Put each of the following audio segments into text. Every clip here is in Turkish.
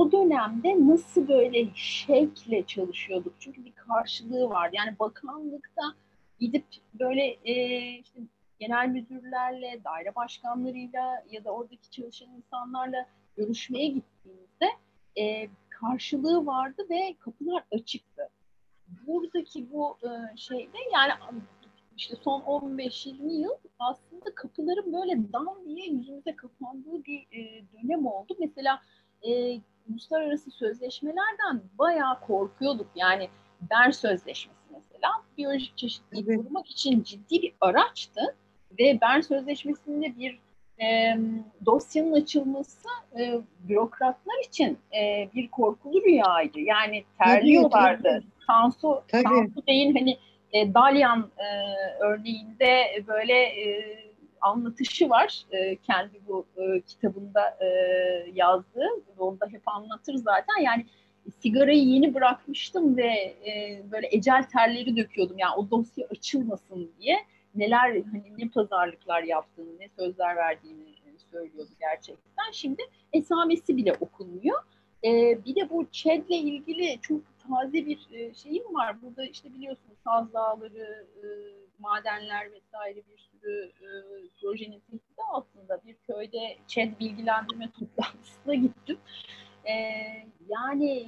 o dönemde nasıl böyle şevkle çalışıyorduk. Çünkü bir karşılığı var. Yani bakanlıkta gidip böyle işte genel müdürlerle, daire başkanlarıyla ya da oradaki çalışan insanlarla görüşmeye gittiğimizde karşılığı vardı ve kapılar açıktı. Buradaki bu şeyde yani işte son 15-20 yıl aslında kapıların böyle dam diye yüzümüze kapandığı bir dönem oldu. Mesela uluslararası sözleşmelerden bayağı korkuyorduk. Yani Bern Sözleşmesi mesela biyolojik çeşitliliği Evet. korumak için ciddi bir araçtı ve Bern Sözleşmesi'nde bir dosyanın açılması bürokratlar için bir korkulu rüyaydı. Yani Tabii, terliyorlardı. tabii. Tabii. Tansu Bey'in hani Dalyan örneğinde böyle anlatışı var. Kendi bu kitabında yazdığı. Onu da hep anlatır zaten. Yani sigarayı yeni bırakmıştım ve böyle ecel terleri döküyordum. Yani o dosya açılmasın diye neler hani ne pazarlıklar yaptığını, ne sözler verdiğini söylüyordu gerçekten. Şimdi esamesi bile okunmuyor. Bir de bu ÇED'le ilgili çok taze bir şeyim var. Burada işte biliyorsunuz Saz Dağları, madenler vesaire bir sürü projenin tehdidi altında bir köyde ÇED bilgilendirme toplantısına gittim. E, yani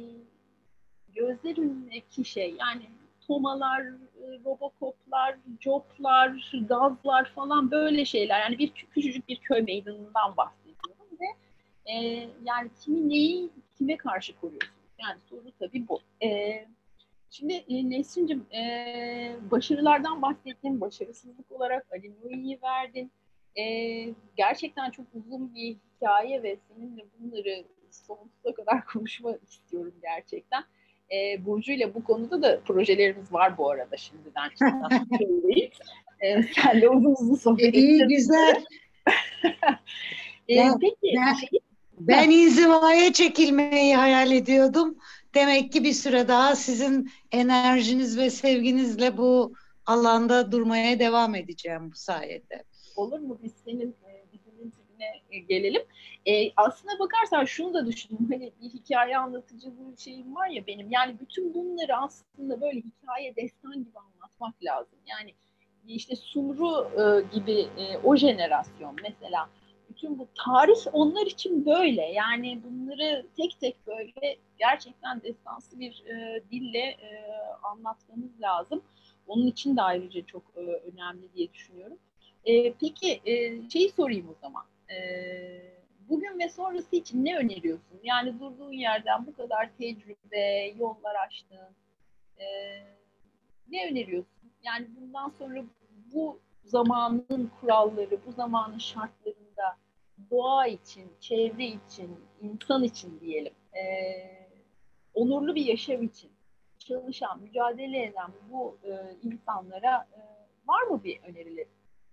gözler önündeki şey yani tomalar, robokoplar, coplar, gazlar falan böyle şeyler. Yani bir küçücük bir köy meydanından bahsediyorum ve yani kimi neyi kime karşı koruyorsunuz? Yani soru tabii bu. Şimdi Nesrin'cim başarılardan bahsettin, başarısızlık olarak Ali Nuri'yi verdin. Gerçekten çok uzun bir hikaye ve seninle bunları sonsuza kadar konuşmak istiyorum gerçekten. Burcu ile bu konuda da projelerimiz var bu arada şimdiden söyleyeyim. Senle uzun uzun sohbet İyi, edeceğiz. güzel. Ya Peki, ben inzivaya çekilmeyi hayal ediyordum. Demek ki bir süre daha sizin enerjiniz ve sevginizle bu alanda durmaya devam edeceğim bu sayede. olur mu biz senin dizinin dibine gelelim. Aslına bakarsan şunu da düşündüm. Hani bir hikaye anlatıcılığı şeyim var ya benim. Yani bütün bunları aslında böyle hikaye, destan gibi anlatmak lazım. Yani işte Sumru gibi o jenerasyon mesela bütün bu tarih onlar için böyle. Yani bunları tek tek böyle gerçekten destansı bir dille anlatmamız lazım. Onun için de ayrıca çok önemli diye düşünüyorum. Peki şeyi sorayım o zaman. Bugün ve sonrası için ne öneriyorsun? Yani durduğun yerden bu kadar tecrübe, yollar açtın. E, ne öneriyorsun? Yani bundan sonra bu zamanın kuralları, bu zamanın şartlarında doğa için, çevre için, insan için diyelim, onurlu bir yaşam için çalışan, mücadele eden bu insanlara var mı bir önerileri?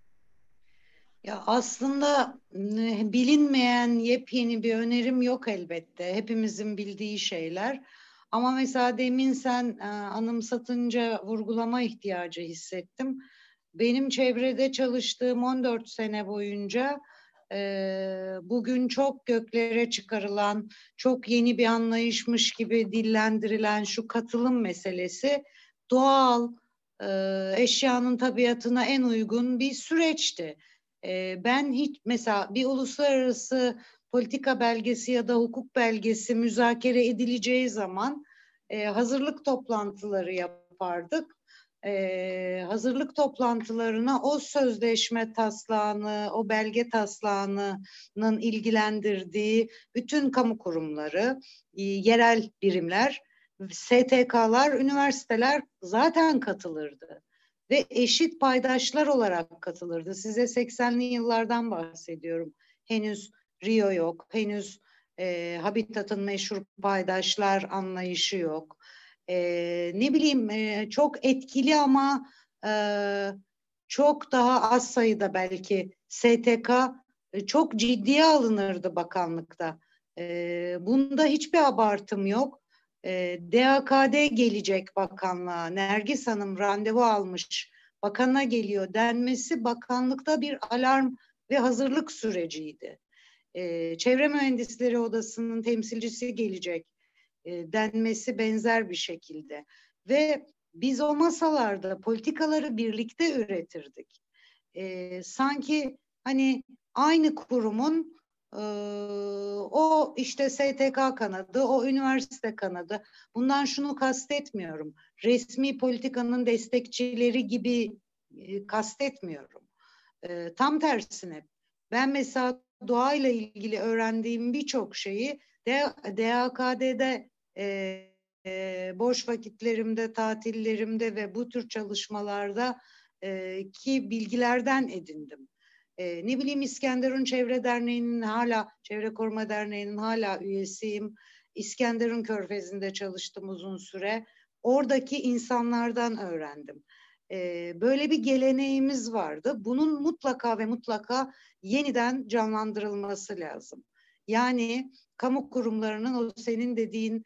Ya aslında bilinmeyen yepyeni bir önerim yok elbette. Hepimizin bildiği şeyler. Ama mesela demin sen anımsatınca vurgulama ihtiyacı hissettim. Benim çevrede çalıştığım 14 sene boyunca bugün çok göklere çıkarılan, çok yeni bir anlayışmış gibi dillendirilen şu katılım meselesi doğal, eşyanın tabiatına en uygun bir süreçti. Ben hiç mesela bir uluslararası politika belgesi ya da hukuk belgesi müzakere edileceği zaman hazırlık toplantıları yapardık. Hazırlık toplantılarına o sözleşme taslağını, o belge taslağının ilgilendirdiği bütün kamu kurumları, yerel birimler, STK'lar, üniversiteler zaten katılırdı ve eşit paydaşlar olarak katılırdı. Size 80'li yıllardan bahsediyorum. Henüz Rio yok, henüz Habitat'ın meşhur paydaşlar anlayışı yok. Ne bileyim çok etkili ama çok daha az sayıda belki STK çok ciddiye alınırdı bakanlıkta. Bunda hiçbir abartım yok. DAKD gelecek bakanlığa. Nergis Hanım randevu almış. Bakana geliyor denmesi bakanlıkta bir alarm ve hazırlık süreciydi. Çevre Mühendisleri Odası'nın temsilcisi gelecek denmesi benzer bir şekilde. Ve biz o masalarda politikaları birlikte üretirdik. Sanki hani aynı kurumun o işte STK kanadı, o üniversite kanadı. Bundan şunu kastetmiyorum. Resmi politikanın destekçileri gibi kastetmiyorum. Tam tersine. Ben mesela doğayla ilgili öğrendiğim birçok şeyi DAKD'de boş vakitlerimde, tatillerimde ve bu tür çalışmalarda ki bilgilerden edindim. Ne bileyim, İskenderun Çevre Derneği'nin Çevre Koruma Derneği'nin hala üyesiyim. İskenderun Körfezi'nde çalıştım uzun süre. Oradaki insanlardan öğrendim. Böyle bir geleneğimiz vardı. Bunun mutlaka ve mutlaka yeniden canlandırılması lazım. Yani kamu kurumlarının o senin dediğin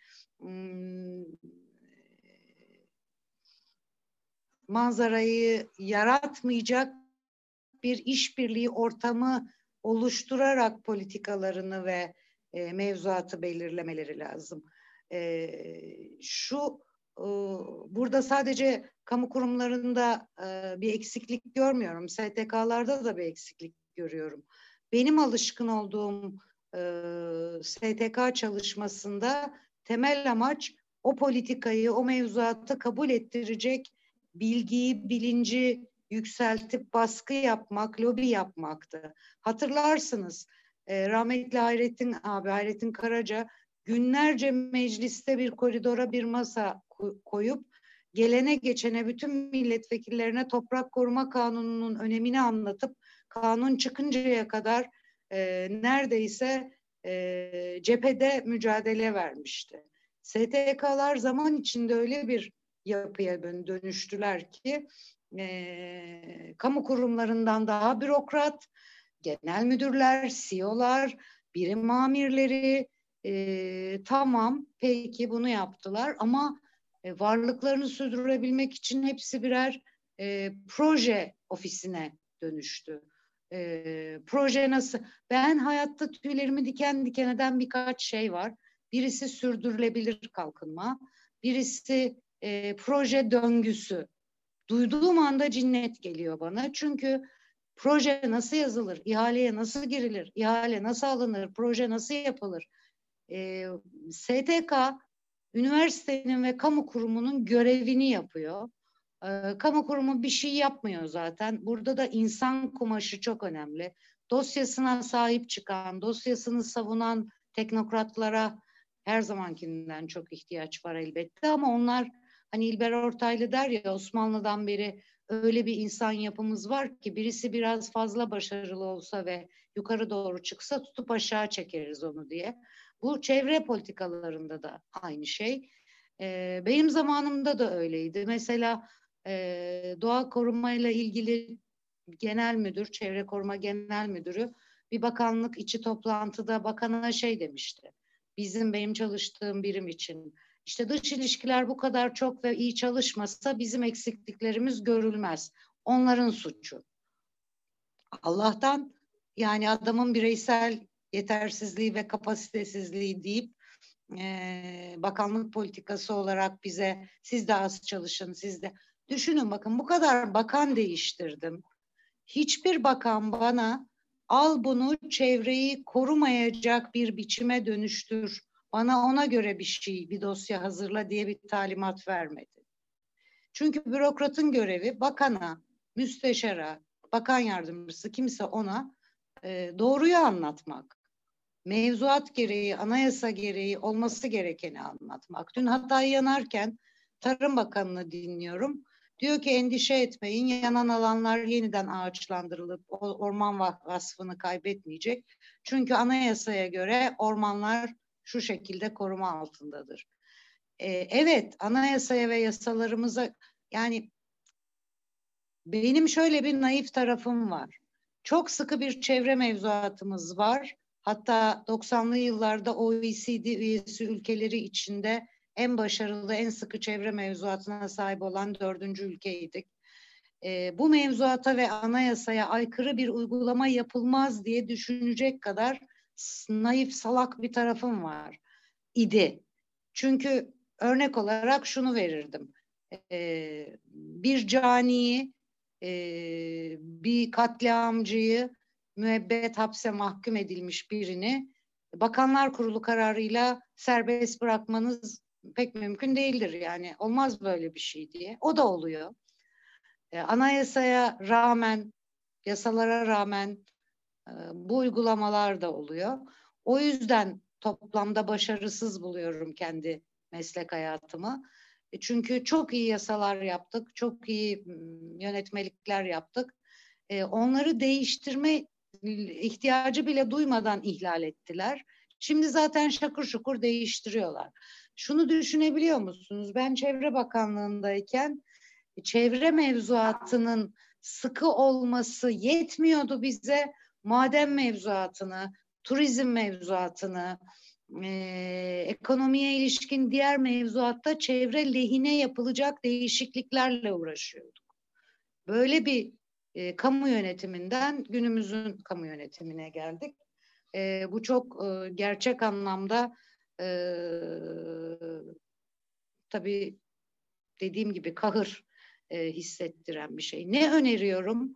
manzarayı yaratmayacak bir işbirliği ortamı oluşturarak politikalarını ve mevzuatı belirlemeleri lazım. Burada sadece kamu kurumlarında bir eksiklik görmüyorum. STK'larda da bir eksiklik görüyorum. Benim alışkın olduğum STK çalışmasında temel amaç o politikayı, o mevzuatı kabul ettirecek bilgiyi, bilinci yükseltip baskı yapmak, lobi yapmaktı. Hatırlarsınız rahmetli Hayrettin Karaca günlerce mecliste bir koridora bir masa koyup gelene geçene bütün milletvekillerine Toprak Koruma Kanunu'nun önemini anlatıp kanun çıkıncaya kadar neredeyse cephede mücadele vermişti. STK'lar zaman içinde öyle bir yapıya dönüştüler ki kamu kurumlarından daha bürokrat, genel müdürler, CEO'lar, birim amirleri tamam peki bunu yaptılar ama varlıklarını sürdürebilmek için hepsi birer proje ofisine dönüştü. Proje nasıl? Ben hayatta tüylerimi diken diken eden birkaç şey var. Birisi sürdürülebilir kalkınma, birisi proje döngüsü. Duyduğum anda cinnet geliyor bana. Çünkü proje nasıl yazılır, ihaleye nasıl girilir, ihale nasıl alınır, proje nasıl yapılır? STK, üniversitenin ve kamu kurumunun görevini yapıyor. Kamu kurumu bir şey yapmıyor zaten. Burada da insan kumaşı çok önemli. Dosyasına sahip çıkan, dosyasını savunan teknokratlara her zamankinden çok ihtiyaç var elbette ama onlar hani İlber Ortaylı der ya, Osmanlı'dan beri öyle bir insan yapımız var ki birisi biraz fazla başarılı olsa ve yukarı doğru çıksa tutup aşağı çekeriz onu diye. Bu çevre politikalarında da aynı şey. Benim zamanımda da öyleydi. Mesela doğa korumayla ilgili genel müdür, çevre koruma genel müdürü bir bakanlık içi toplantıda bakana şey demişti. Benim çalıştığım birim için işte dış ilişkiler bu kadar çok ve iyi çalışmasa bizim eksikliklerimiz görülmez. Onların suçu. Allah'tan yani adamın bireysel yetersizliği ve kapasitesizliği deyip bakanlık politikası olarak bize siz de az çalışın, siz de. Düşünün bakın, bu kadar bakan değiştirdim. Hiçbir bakan bana al bunu çevreyi korumayacak bir biçime dönüştür, bana ona göre bir dosya hazırla diye bir talimat vermedi. Çünkü bürokratın görevi bakana, müsteşara, bakan yardımcısı kimse ona doğruyu anlatmak. Mevzuat gereği, anayasa gereği olması gerekeni anlatmak. Dün Hatay yanarken Tarım Bakanı'nı dinliyorum. Diyor ki endişe etmeyin, yanan alanlar yeniden ağaçlandırılıp orman vasfını kaybetmeyecek. Çünkü anayasaya göre ormanlar şu şekilde koruma altındadır. Evet, anayasaya ve yasalarımıza yani benim şöyle bir naif tarafım var. Çok sıkı bir çevre mevzuatımız var. Hatta 90'lı yıllarda OECD üyesi ülkeleri içinde en başarılı, en sıkı çevre mevzuatına sahip olan 4. ülkeydik. Bu mevzuata ve anayasaya aykırı bir uygulama yapılmaz diye düşünecek kadar naif, salak bir tarafım var idi. Çünkü örnek olarak şunu verirdim. Bir caniyi, bir katliamcıyı, müebbet hapse mahkum edilmiş birini Bakanlar Kurulu kararıyla serbest bırakmanız pek mümkün değildir. Yani olmaz böyle bir şey diye. O da oluyor. Anayasaya rağmen, yasalara rağmen bu uygulamalar da oluyor. O yüzden toplamda başarısız buluyorum kendi meslek hayatımı. Çünkü çok iyi yasalar yaptık, çok iyi yönetmelikler yaptık. Onları değiştirme ihtiyacı bile duymadan ihlal ettiler. Şimdi zaten şakır şukur değiştiriyorlar. Şunu düşünebiliyor musunuz? Ben Çevre Bakanlığı'ndayken çevre mevzuatının sıkı olması yetmiyordu bize. Maden mevzuatını, turizm mevzuatını, ekonomiye ilişkin diğer mevzuatta çevre lehine yapılacak değişikliklerle uğraşıyorduk. Böyle bir kamu yönetiminden günümüzün kamu yönetimine geldik. Bu çok gerçek anlamda tabii dediğim gibi kahır hissettiren bir şey. Ne öneriyorum?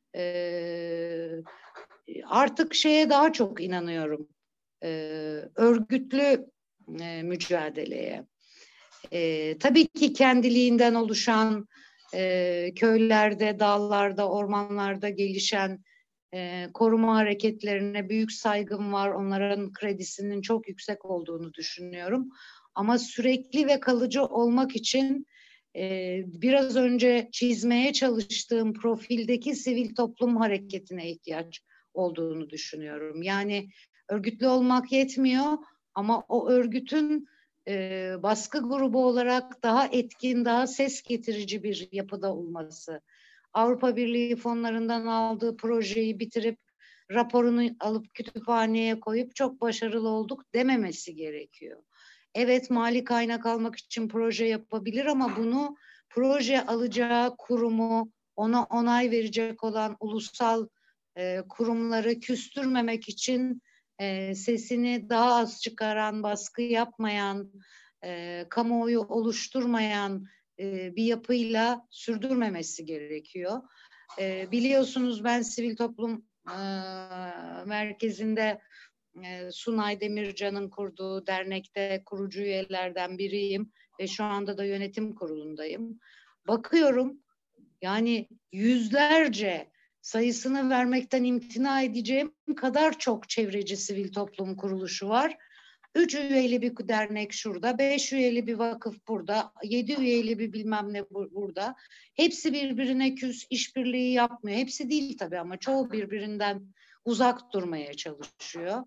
Artık şeye daha çok inanıyorum. Örgütlü mücadeleye. Tabii ki kendiliğinden oluşan köylerde, dağlarda, ormanlarda gelişen koruma hareketlerine büyük saygım var. Onların kredisinin çok yüksek olduğunu düşünüyorum. Ama sürekli ve kalıcı olmak için biraz önce çizmeye çalıştığım profildeki sivil toplum hareketine ihtiyaç olduğunu düşünüyorum. Yani örgütlü olmak yetmiyor ama o örgütün baskı grubu olarak daha etkin, daha ses getirici bir yapıda olması. Avrupa Birliği fonlarından aldığı projeyi bitirip raporunu alıp kütüphaneye koyup çok başarılı olduk dememesi gerekiyor. Evet, mali kaynak almak için proje yapabilir ama bunu proje alacağı kurumu, ona onay verecek olan ulusal kurumları küstürmemek için sesini daha az çıkaran, baskı yapmayan, kamuoyu oluşturmayan bir yapıyla sürdürmemesi gerekiyor. Biliyorsunuz ben Sivil Toplum Merkezi'nde Sunay Demircan'ın kurduğu dernekte kurucu üyelerden biriyim ve şu anda da yönetim kurulundayım. Bakıyorum yani yüzlerce, sayısını vermekten imtina edeceğim kadar çok çevreci sivil toplum kuruluşu var. 3 üyeli bir dernek şurada, 5 üyeli bir vakıf burada, 7 üyeli bir bilmem ne burada. Hepsi birbirine küs, işbirliği yapmıyor. Hepsi değil tabii ama çoğu birbirinden uzak durmaya çalışıyor.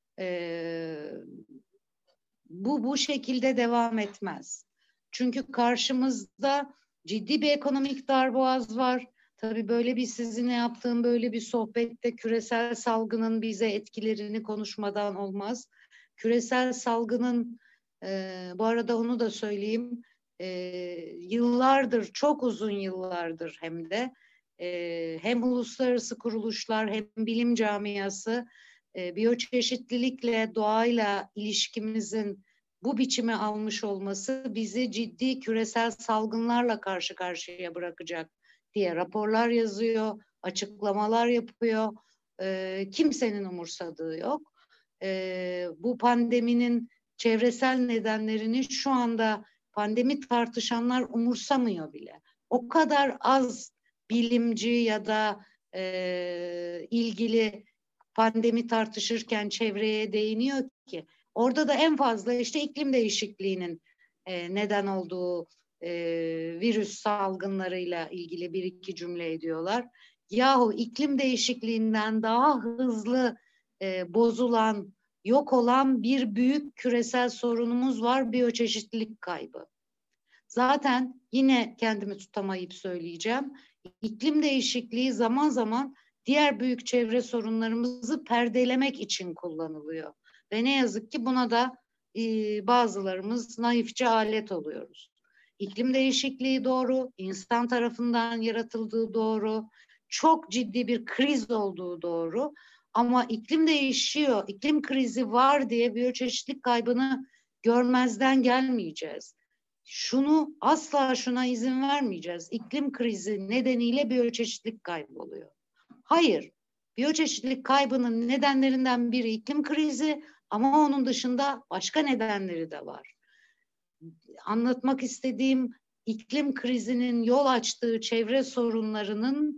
Bu şekilde devam etmez. Çünkü karşımızda ciddi bir ekonomik darboğaz var. Tabii böyle bir sizinle yaptığım böyle bir sohbette küresel salgının bize etkilerini konuşmadan olmaz. Küresel salgının bu arada onu da söyleyeyim, yıllardır, çok uzun yıllardır hem de hem uluslararası kuruluşlar hem bilim camiası biyoçeşitlilikle, doğayla ilişkimizin bu biçimi almış olması bizi ciddi küresel salgınlarla karşı karşıya bırakacak diye raporlar yazıyor, açıklamalar yapıyor. Kimsenin umursadığı yok. Bu pandeminin çevresel nedenlerini şu anda pandemi tartışanlar umursamıyor bile. O kadar az bilimci ya da ilgili pandemi tartışırken çevreye değiniyor ki orada da en fazla işte iklim değişikliğinin neden olduğu virüs salgınlarıyla ilgili bir iki cümle ediyorlar. Yahu iklim değişikliğinden daha hızlı bozulan, yok olan bir büyük küresel sorunumuz var, biyoçeşitlilik kaybı. Zaten yine kendimi tutamayıp söyleyeceğim. İklim değişikliği zaman zaman diğer büyük çevre sorunlarımızı perdelemek için kullanılıyor. Ve ne yazık ki buna da bazılarımız naifçe alet oluyoruz. İklim değişikliği doğru, insan tarafından yaratıldığı doğru, çok ciddi bir kriz olduğu doğru. Ama iklim değişiyor, iklim krizi var diye biyoçeşitlilik kaybını görmezden gelmeyeceğiz. Asla izin vermeyeceğiz. İklim krizi nedeniyle biyoçeşitlilik kaybı oluyor. Hayır, biyoçeşitlilik kaybının nedenlerinden biri iklim krizi ama onun dışında başka nedenleri de var. Anlatmak istediğim iklim krizinin yol açtığı çevre sorunlarının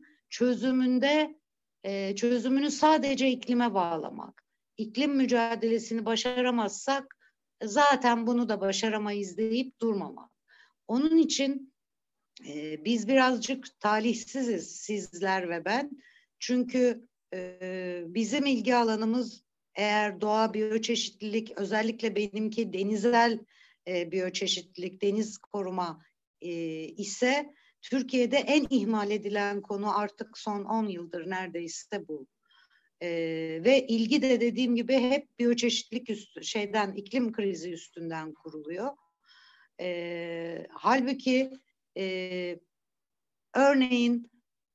çözümünü sadece iklime bağlamak. İklim mücadelesini başaramazsak zaten bunu da başaramayız deyip durmamak. Onun için biz birazcık talihsiziz, sizler ve ben. Çünkü bizim ilgi alanımız eğer doğa, biyoçeşitlilik, özellikle benimki denizel biyoçeşitlilik, deniz koruma ise Türkiye'de en ihmal edilen konu artık son 10 yıldır neredeyse bu. Ve ilgi de dediğim gibi hep biyoçeşitlilik iklim krizi üstünden kuruluyor. Halbuki örneğin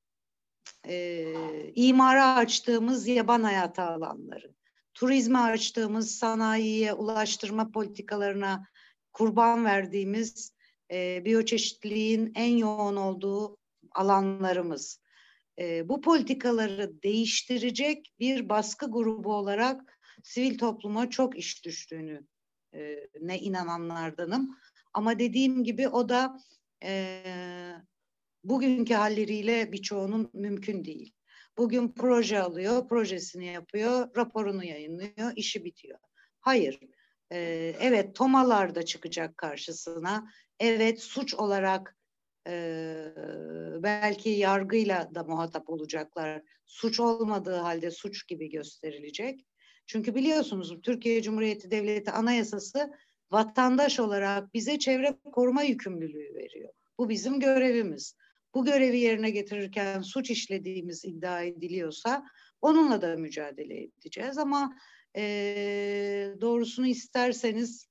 imara açtığımız yaban hayatı alanları, turizme açtığımız sanayiye, ulaştırma politikalarına kurban verdiğimiz biyoçeşitliliğin en yoğun olduğu alanlarımız. Bu politikaları değiştirecek bir baskı grubu olarak sivil topluma çok iş düştüğünü ne inananlardanım. Ama dediğim gibi o da bugünkü halleriyle birçoğunun mümkün değil. Bugün proje alıyor, projesini yapıyor, raporunu yayınlıyor, işi bitiyor. Hayır, evet tomalar da çıkacak karşısına. Evet suç olarak belki yargıyla da muhatap olacaklar. Suç olmadığı halde suç gibi gösterilecek. Çünkü biliyorsunuz Türkiye Cumhuriyeti Devleti Anayasası vatandaş olarak bize çevre koruma yükümlülüğü veriyor. Bu bizim görevimiz. Bu görevi yerine getirirken suç işlediğimiz iddia ediliyorsa onunla da mücadele edeceğiz. Ama doğrusunu isterseniz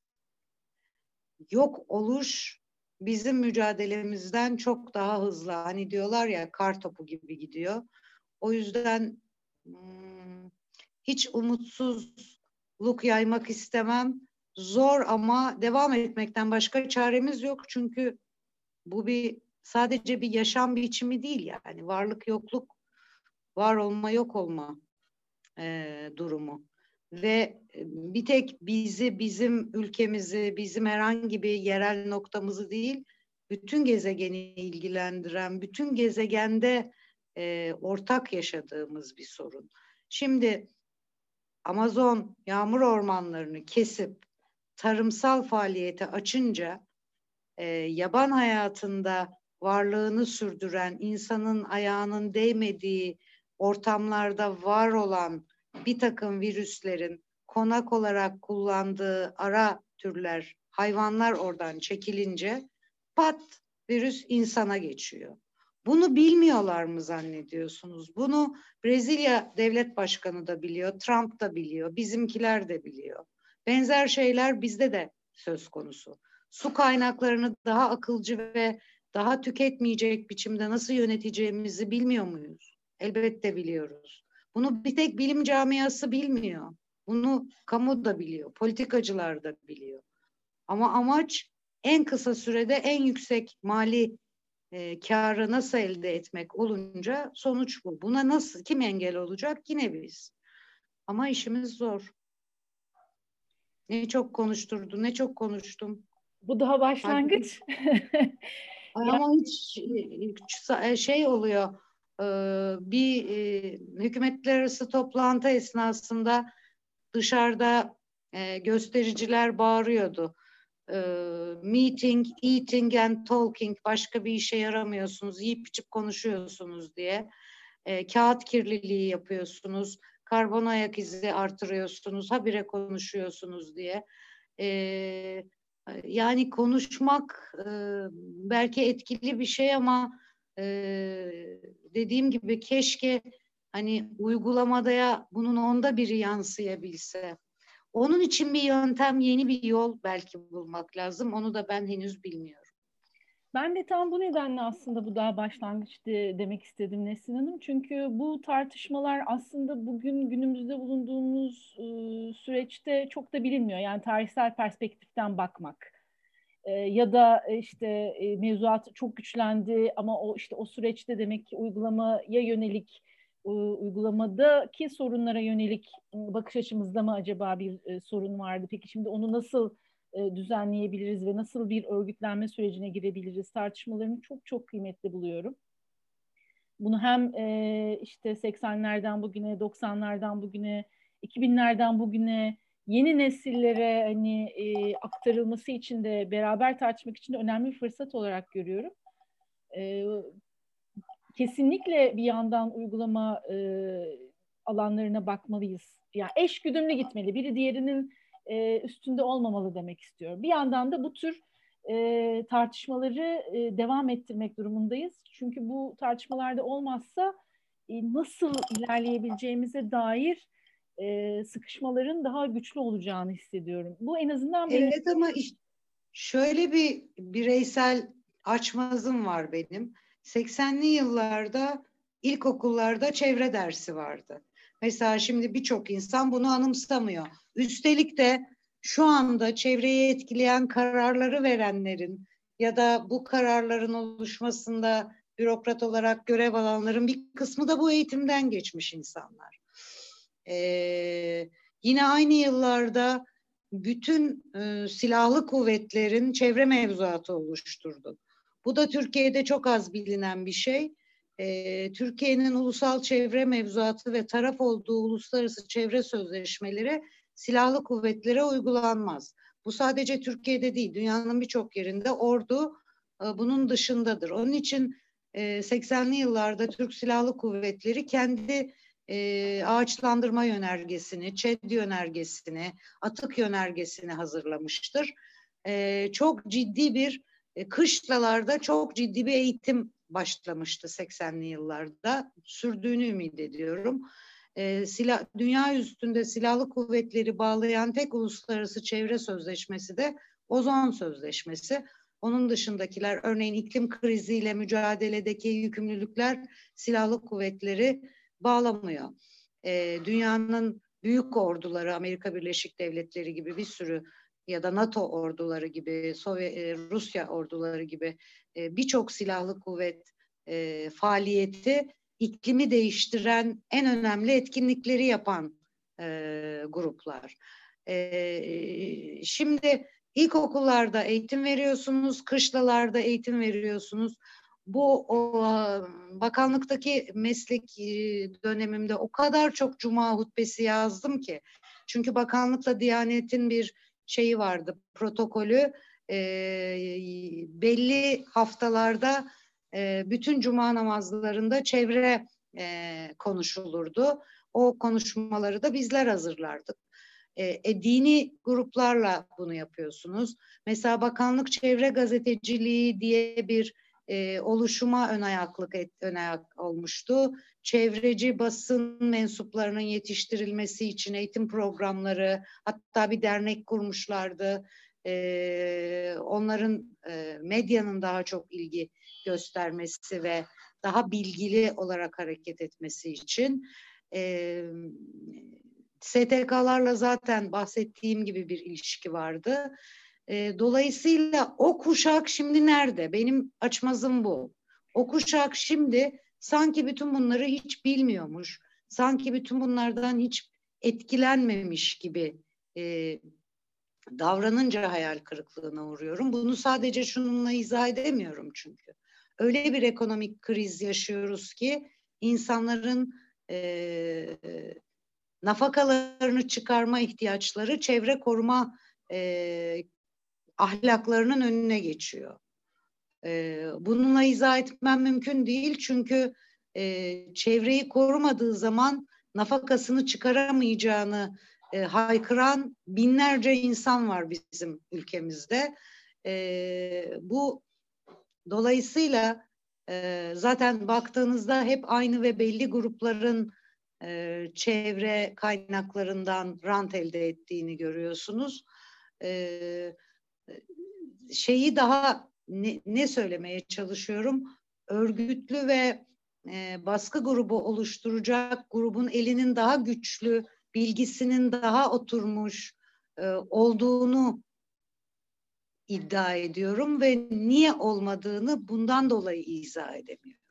yok oluş bizim mücadelemizden çok daha hızlı. Hani diyorlar ya kar topu gibi gidiyor. O yüzden hiç umutsuzluk yaymak istemem. Zor ama devam etmekten başka çaremiz yok. Çünkü bu sadece bir yaşam biçimi değil yani. Varlık yokluk, var olma yok olma durumu. Ve bir tek bizim ülkemizi, bizim herhangi bir yerel noktamızı değil, bütün gezegeni ilgilendiren, bütün gezegende ortak yaşadığımız bir sorun. Şimdi Amazon yağmur ormanlarını kesip tarımsal faaliyete açınca yaban hayatında varlığını sürdüren, insanın ayağının değmediği ortamlarda var olan bir takım virüslerin konak olarak kullandığı ara türler, hayvanlar oradan çekilince pat virüs insana geçiyor. Bunu bilmiyorlar mı zannediyorsunuz? Bunu Brezilya devlet başkanı da biliyor, Trump da biliyor, bizimkiler de biliyor. Benzer şeyler bizde de söz konusu. Su kaynaklarını daha akılcı ve daha tüketmeyecek biçimde nasıl yöneteceğimizi bilmiyor muyuz? Elbette biliyoruz. Bunu bir tek bilim camiası bilmiyor. Bunu kamu da biliyor, politikacılar da biliyor. Ama amaç en kısa sürede en yüksek mali karı nasıl elde etmek olunca sonuç bu. Buna kim engel olacak? Yine biz. Ama işimiz zor. Ne çok konuşturdu, ne çok konuştum. Bu daha başlangıç. Ama hiç şey oluyor, bir hükümetler arası toplantı esnasında dışarıda göstericiler bağırıyordu. Meeting, eating and talking, başka bir işe yaramıyorsunuz, yiyip içip konuşuyorsunuz diye. Kağıt kirliliği yapıyorsunuz, karbon ayak izi artırıyorsunuz, habire konuşuyorsunuz diye. Yani konuşmak belki etkili bir şey ama dediğim gibi keşke hani uygulamada ya bunun 1/10 yansıyabilse. Onun için bir yöntem, yeni bir yol belki bulmak lazım. Onu da ben henüz bilmiyorum. Ben de tam bu nedenle aslında bu daha başlangıçtı demek istedim Nesrin Hanım. Çünkü bu tartışmalar aslında bugün günümüzde bulunduğumuz süreçte çok da bilinmiyor. Yani tarihsel perspektiften bakmak. Ya da işte mevzuat çok güçlendi ama o işte o süreçte demek ki uygulamaya yönelik uygulamadaki sorunlara yönelik bakış açımızda mı acaba bir sorun vardı? Peki şimdi onu nasıl düzenleyebiliriz ve nasıl bir örgütlenme sürecine girebiliriz tartışmalarını çok çok kıymetli buluyorum. Bunu hem işte 80'lerden bugüne, 90'lardan bugüne, 2000'lerden bugüne yeni nesillere hani aktarılması için de beraber tartışmak için de önemli bir fırsat olarak görüyorum. E, Kesinlikle bir yandan uygulama alanlarına bakmalıyız. Yani eş güdümlü gitmeli. Biri diğerinin üstünde olmamalı demek istiyorum. Bir yandan da bu tür tartışmaları devam ettirmek durumundayız. Çünkü bu tartışmalarda olmazsa nasıl ilerleyebileceğimize dair sıkışmaların daha güçlü olacağını hissediyorum. Bu en azından benim. Evet ama şöyle bir bireysel açmazım var benim. 80'li yıllarda ilkokullarda çevre dersi vardı. Mesela şimdi birçok insan bunu anımsamıyor. Üstelik de şu anda çevreyi etkileyen kararları verenlerin ya da bu kararların oluşmasında bürokrat olarak görev alanların bir kısmı da bu eğitimden geçmiş insanlar. Yine aynı yıllarda bütün silahlı kuvvetlerin çevre mevzuatı oluşturdu. Bu da Türkiye'de çok az bilinen bir şey. Türkiye'nin ulusal çevre mevzuatı ve taraf olduğu uluslararası çevre sözleşmeleri silahlı kuvvetlere uygulanmaz. Bu sadece Türkiye'de değil, dünyanın birçok yerinde ordu bunun dışındadır. Onun için 80'li yıllarda Türk Silahlı Kuvvetleri kendi ağaçlandırma yönergesini, ÇED yönergesini, atık yönergesini hazırlamıştır. Çok ciddi bir kışlalarda çok ciddi bir eğitim başlamıştı 80'li yıllarda. Sürdüğünü ümit ediyorum. Dünya üstünde silahlı kuvvetleri bağlayan tek uluslararası çevre sözleşmesi de Ozon Sözleşmesi. Onun dışındakiler, örneğin iklim kriziyle mücadeledeki yükümlülükler silahlı kuvvetleri bağlamıyor. Dünyanın büyük orduları, Amerika Birleşik Devletleri gibi bir sürü ya da NATO orduları gibi, Rusya orduları gibi birçok silahlı kuvvet faaliyeti iklimi değiştiren en önemli etkinlikleri yapan gruplar. Şimdi ilkokullarda eğitim veriyorsunuz, kışlalarda eğitim veriyorsunuz. Bu bakanlıktaki meslek dönemimde o kadar çok cuma hutbesi yazdım ki. Çünkü bakanlıkla Diyanet'in bir şeyi vardı, protokolü. Belli haftalarda bütün cuma namazlarında çevre konuşulurdu. O konuşmaları da bizler hazırlardık. Dini gruplarla bunu yapıyorsunuz. Mesela Bakanlık Çevre Gazeteciliği diye bir oluşuma ön ayak olmuştu. Çevreci basın mensuplarının yetiştirilmesi için eğitim programları, hatta bir dernek kurmuşlardı. Onların medyanın daha çok ilgi göstermesi ve daha bilgili olarak hareket etmesi için STK'larla zaten bahsettiğim gibi bir ilişki vardı. Dolayısıyla o kuşak şimdi nerede? Benim açmazım bu. O kuşak şimdi sanki bütün bunları hiç bilmiyormuş. Sanki bütün bunlardan hiç etkilenmemiş gibi davranınca hayal kırıklığına uğruyorum. Bunu sadece şununla izah edemiyorum çünkü. Öyle bir ekonomik kriz yaşıyoruz ki insanların nafakalarını çıkarma ihtiyaçları çevre koruma ahlaklarının önüne geçiyor. Bununla izah etmem mümkün değil çünkü çevreyi korumadığı zaman nafakasını çıkaramayacağını haykıran binlerce insan var bizim ülkemizde. Bu dolayısıyla zaten baktığınızda hep aynı ve belli grupların çevre kaynaklarından rant elde ettiğini görüyorsunuz. Şeyi daha ne söylemeye çalışıyorum? Örgütlü ve baskı grubu oluşturacak grubun elinin daha güçlü, bilgisinin daha oturmuş olduğunu iddia ediyorum ve niye olmadığını bundan dolayı izah edemiyorum.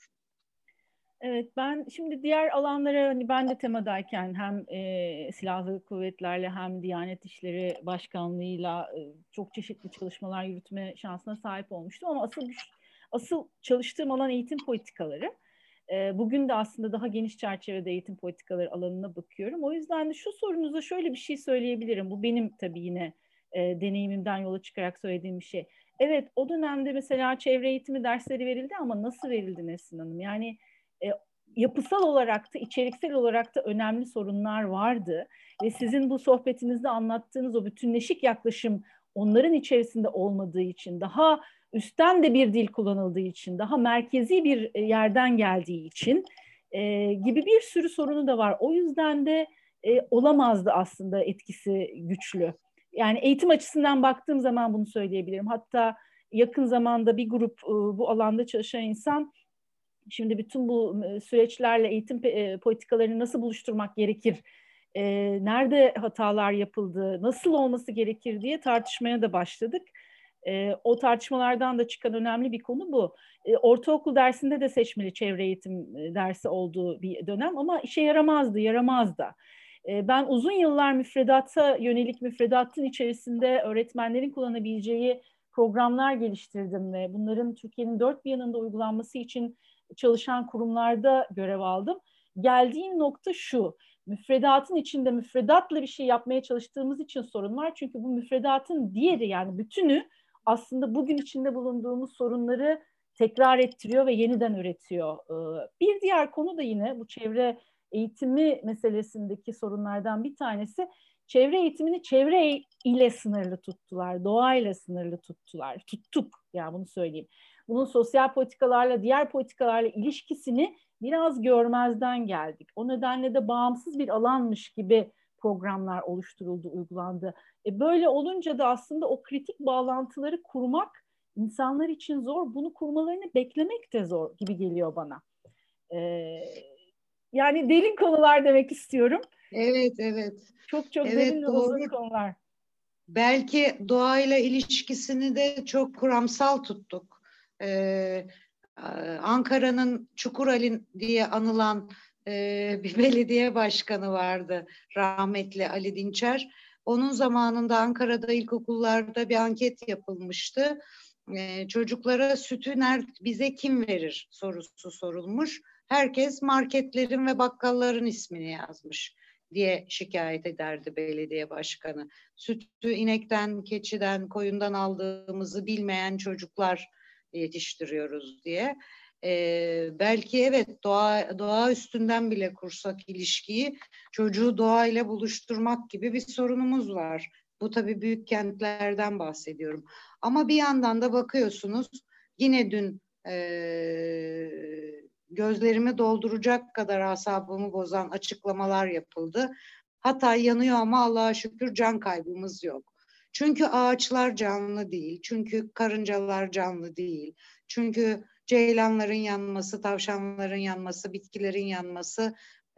Evet, ben şimdi diğer alanlara, hani ben de temadayken hem silahlı kuvvetlerle hem Diyanet İşleri Başkanlığı'yla çok çeşitli çalışmalar yürütme şansına sahip olmuştum ama asıl çalıştığım alan eğitim politikaları. Bugün de aslında daha geniş çerçevede eğitim politikaları alanına bakıyorum. O yüzden de şu sorunuza şöyle bir şey söyleyebilirim. Bu benim tabii yine deneyimimden yola çıkarak söylediğim bir şey. Evet, o dönemde mesela çevre eğitimi dersleri verildi ama nasıl verildi Nesrin Hanım? Yani yapısal olarak da içeriksel olarak da önemli sorunlar vardı ve sizin bu sohbetinizde anlattığınız o bütünleşik yaklaşım onların içerisinde olmadığı için, daha üstten de bir dil kullanıldığı için, daha merkezi bir yerden geldiği için gibi bir sürü sorunu da var. O yüzden de olamazdı aslında etkisi güçlü. Yani eğitim açısından baktığım zaman bunu söyleyebilirim. Hatta yakın zamanda bir grup bu alanda çalışan insan, şimdi bütün bu süreçlerle eğitim politikalarını nasıl buluşturmak gerekir, nerede hatalar yapıldı, nasıl olması gerekir diye tartışmaya da başladık. O tartışmalardan da çıkan önemli bir konu bu. Ortaokul dersinde de seçmeli çevre eğitim dersi olduğu bir dönem ama işe yaramaz da. Ben uzun yıllar müfredata yönelik müfredatın içerisinde öğretmenlerin kullanabileceği programlar geliştirdim ve bunların Türkiye'nin dört bir yanında uygulanması için çalışan kurumlarda görev aldım. Geldiğim nokta şu: müfredatın içinde müfredatla bir şey yapmaya çalıştığımız için sorun var. Çünkü bu müfredatın diğeri, yani bütünü, aslında bugün içinde bulunduğumuz sorunları tekrar ettiriyor ve yeniden üretiyor. Bir diğer konu da yine bu çevre eğitimi meselesindeki sorunlardan bir tanesi. Çevre eğitimini çevre ile sınırlı tuttular, doğayla sınırlı tuttular. Tuttuk, yani bunu söyleyeyim. Bunun sosyal politikalarla, diğer politikalarla ilişkisini biraz görmezden geldik. O nedenle de bağımsız bir alanmış gibi programlar oluşturuldu, uygulandı. Böyle olunca da aslında o kritik bağlantıları kurmak insanlar için zor. Bunu kurmalarını beklemek de zor gibi geliyor bana. Yani derin konular demek istiyorum. Evet, evet. Çok çok Evet, derin ve doğru. uzun konular. Belki doğayla ilişkisini de çok kuramsal tuttuk. Ankara'nın Çukurali diye anılan bir belediye başkanı vardı, rahmetli Ali Dinçer. Onun zamanında Ankara'da ilkokullarda bir anket yapılmıştı. Çocuklara sütü bize kim verir sorusu sorulmuş. Herkes marketlerin ve bakkalların ismini yazmış diye şikayet ederdi belediye başkanı. Sütü inekten, keçiden, koyundan aldığımızı bilmeyen çocuklar yetiştiriyoruz diye. Belki evet, doğa üstünden bile kursak ilişkiyi, çocuğu doğayla buluşturmak gibi bir sorunumuz var. Bu tabii büyük kentlerden bahsediyorum. Ama bir yandan da bakıyorsunuz, yine dün gözlerimi dolduracak kadar asabımı bozan açıklamalar yapıldı. Hatay yanıyor ama Allah'a şükür can kaybımız yok. Çünkü ağaçlar canlı değil, çünkü karıncalar canlı değil, çünkü ceylanların yanması, tavşanların yanması, bitkilerin yanması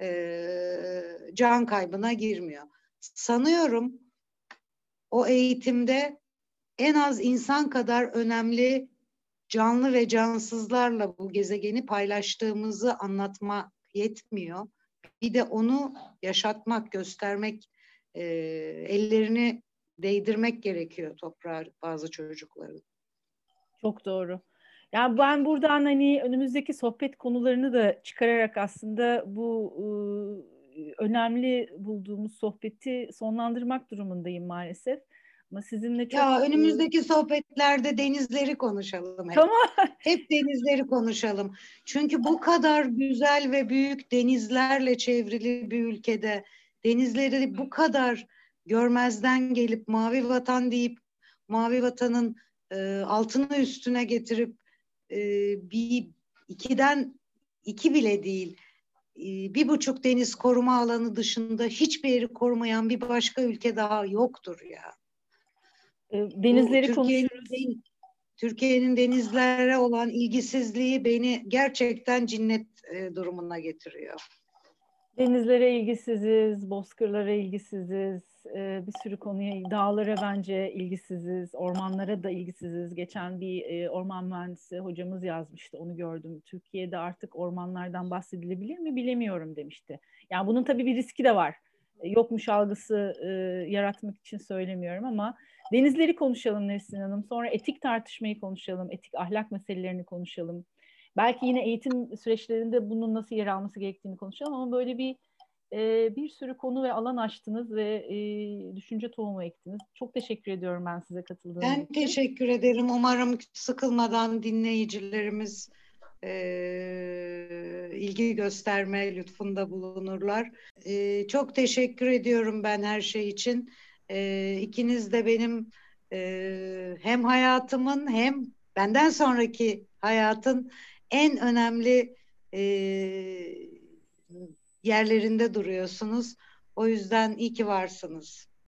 can kaybına girmiyor. Sanıyorum o eğitimde en az insan kadar önemli canlı ve cansızlarla bu gezegeni paylaştığımızı anlatmak yetmiyor. Bir de onu yaşatmak, göstermek, ellerini değdirmek gerekiyor toprağa bazı çocukların. Çok doğru. Yani ben buradan hani önümüzdeki sohbet konularını da çıkararak aslında bu önemli bulduğumuz sohbeti sonlandırmak durumundayım maalesef. Ama sizinle çok... Ya önümüzdeki sohbetlerde denizleri konuşalım hep. Tamam. Hep denizleri konuşalım. Çünkü bu kadar güzel ve büyük denizlerle çevrili bir ülkede denizleri bu kadar görmezden gelip mavi vatan deyip mavi vatanın altını üstüne getirip bir iki bile değil, 1,5 deniz koruma alanı dışında hiçbir yeri korumayan bir başka ülke daha yoktur ya. Denizleri konuşuruz. Türkiye'nin denizlere olan ilgisizliği beni gerçekten cinnet durumuna getiriyor. Denizlere ilgisiziz, bozkırlara ilgisiziz, bir sürü konuya, dağlara bence ilgisiziz, ormanlara da ilgisiziz. Geçen bir orman mühendisi hocamız yazmıştı, onu gördüm. Türkiye'de artık ormanlardan bahsedilebilir mi bilemiyorum demişti. Yani bunun tabii bir riski de var. Yokmuş algısı yaratmak için söylemiyorum ama denizleri konuşalım Nesrin Hanım. Sonra etik tartışmayı konuşalım, etik ahlak meselelerini konuşalım. Belki yine eğitim süreçlerinde bunun nasıl yer alması gerektiğini konuşalım ama böyle bir sürü konu ve alan açtınız ve düşünce tohumu ektiniz. Çok teşekkür ediyorum ben size katıldığınız Ben için. teşekkür ederim. Umarım sıkılmadan dinleyicilerimiz ilgi gösterme lütfunda bulunurlar. Çok teşekkür ediyorum ben her şey için. İkiniz de benim hem hayatımın hem benden sonraki hayatın en önemli yerlerinde duruyorsunuz. O yüzden iyi ki varsınız.